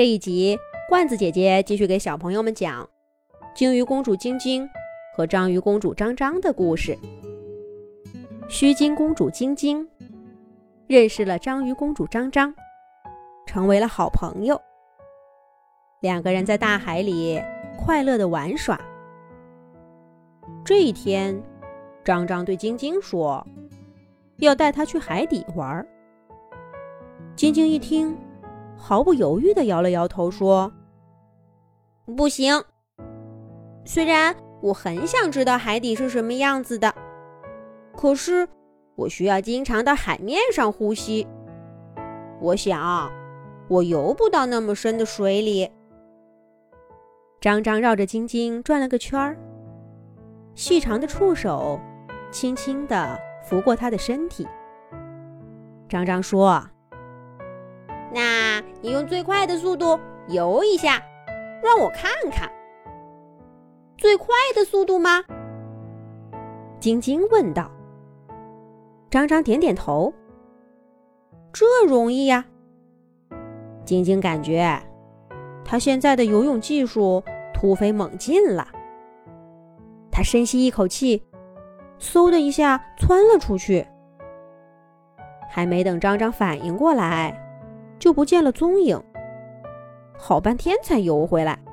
这一集，罐子姐姐继续给小朋友们讲鲸鱼公主晶晶和章鱼公主章章的故事。须鲸公主晶晶认识了章鱼公主章章，成为了好朋友。两个人在大海里快乐地玩耍。这一天，章章对晶晶说，要带她去海底玩。晶晶一听，毫不犹豫地摇了摇头说，不行，虽然我很想知道海底是什么样子的，可是我需要经常到海面上呼吸，我想我游不到那么深的水里。章章绕着晶晶转了个圈儿，细长的触手轻轻地拂过她的身体。章章说，那你用最快的速度游一下，让我看看。最快的速度吗？晶晶问道。章章点点头。这容易呀。晶晶感觉她现在的游泳技术突飞猛进了。她深吸一口气，嗖的一下窜了出去。还没等章章反应过来，就不见了踪影，好半天才游回来。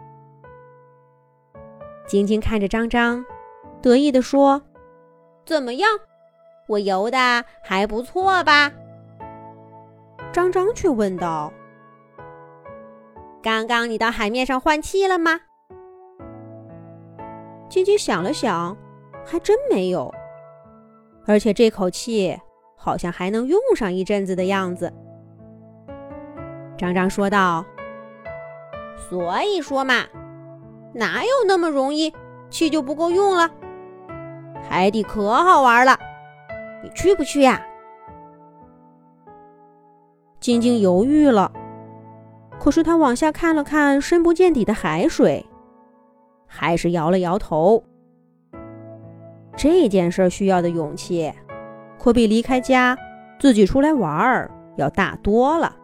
晶晶看着章章，得意地说，怎么样，我游的还不错吧？章章却问道，刚刚你到海面上换气了吗？晶晶想了想，还真没有，而且这口气好像还能用上一阵子的样子。章章说道，所以说嘛，哪有那么容易气就不够用了？海底可好玩了，你去不去呀？晶晶犹豫了，可是她往下看了看深不见底的海水，还是摇了摇头。这件事需要的勇气，可比离开家自己出来玩要大多了。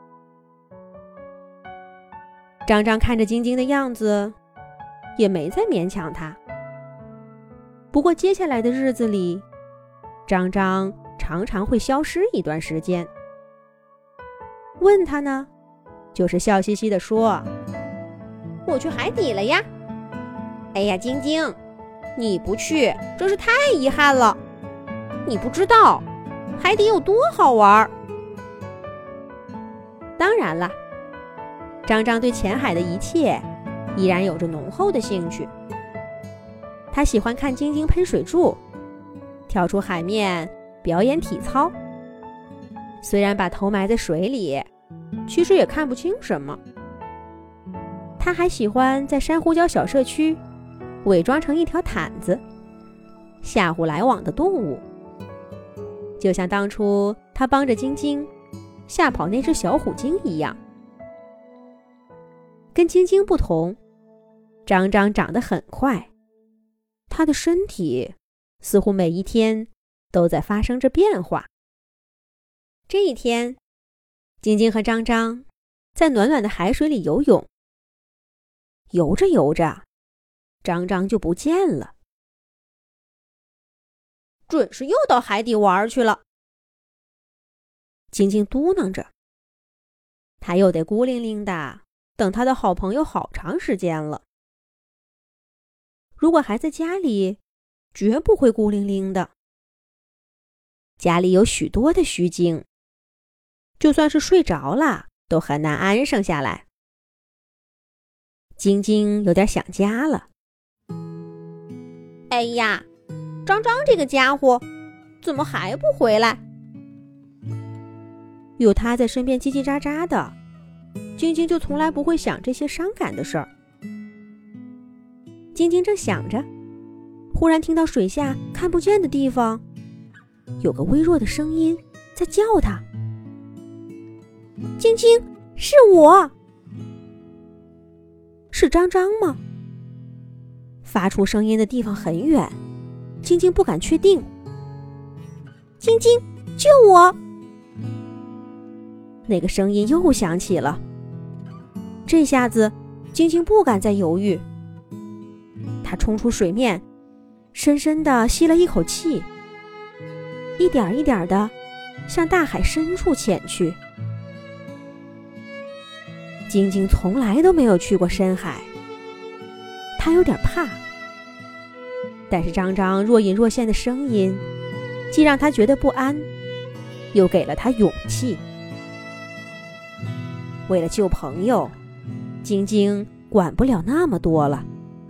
章章看着晶晶的样子，也没再勉强她。不过接下来的日子里，章章常常会消失一段时间。问她呢，就是笑嘻嘻地说，我去海底了呀。哎呀，晶晶，你不去真是太遗憾了，你不知道海底有多好玩。当然了，章章对浅海的一切依然有着浓厚的兴趣。他喜欢看晶晶喷水柱，跳出海面表演体操。虽然把头埋在水里，其实也看不清什么。他还喜欢在珊瑚礁小社区伪装成一条毯子，吓唬来往的动物，就像当初他帮着晶晶吓跑那只小虎鲸一样。跟晶晶不同，章章长得很快，她的身体似乎每一天都在发生着变化。这一天，晶晶和章章在暖暖的海水里游泳。游着游着，章章就不见了。准是又到海底玩去了，晶晶嘟囔着。她又得孤零零的等他的好朋友好长时间了。如果还在家里，绝不会孤零零的。家里有许多的须鲸，就算是睡着了，都很难安生下来。晶晶有点想家了。哎呀，章章这个家伙怎么还不回来？有他在身边叽叽喳喳的，晶晶就从来不会想这些伤感的事儿。晶晶正想着，忽然听到水下看不见的地方有个微弱的声音在叫她。晶晶，是我。是章章吗？发出声音的地方很远，晶晶不敢确定。晶晶，救我！那个声音又响起了。 这下子晶晶不敢再犹豫，她冲出水面，深深地吸了一口气，一点一点地向大海深处潜去。晶晶从来都没有去过深海，她有点怕，但是张张若隐若现的声音既让她觉得不安，又给了她勇气。为了救朋友，晶晶管不了那么多了。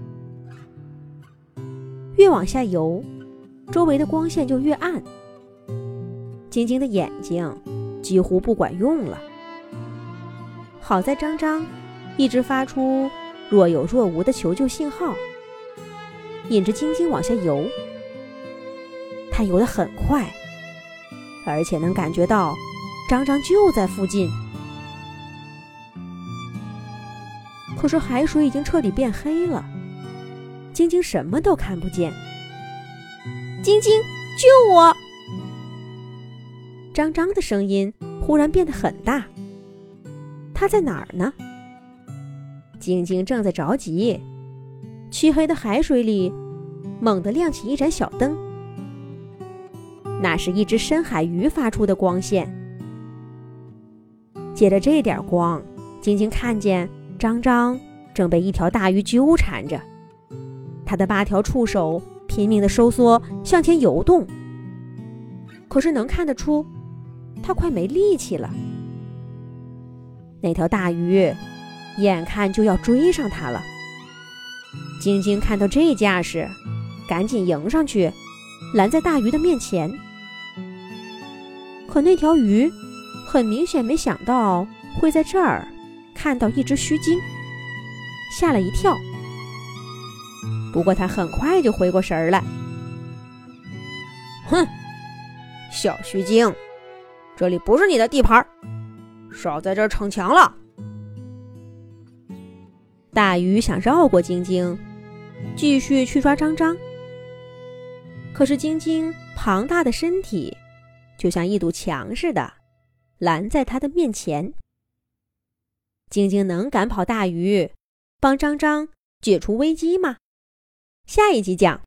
越往下游，周围的光线就越暗，晶晶的眼睛几乎不管用了。好在张张一直发出若有若无的求救信号，引着晶晶往下游。他游得很快，而且能感觉到张张就在附近。可是海水已经彻底变黑了，晶晶什么都看不见。晶晶，救我！张张的声音忽然变得很大。他在哪儿呢？晶晶正在着急，黢黑的海水里猛地亮起一盏小灯，那是一只深海鱼发出的光线。借着这点光，晶晶看见张张正被一条大鱼纠缠着，他的8条触手拼命地收缩向前游动，可是能看得出他快没力气了。那条大鱼眼看就要追上他了，晶晶看到这架势，赶紧迎上去，拦在大鱼的面前。可那条鱼很明显没想到会在这儿看到一只须鲸，吓了一跳。不过他很快就回过神来。哼，小须鲸，这里不是你的地盘，少在这儿逞强了。大鱼想绕过晶晶，继续去抓张张，可是晶晶庞大的身体就像一堵墙似的，拦在他的面前。晶晶能赶跑大鱼，帮张张解除危机吗？下一集讲。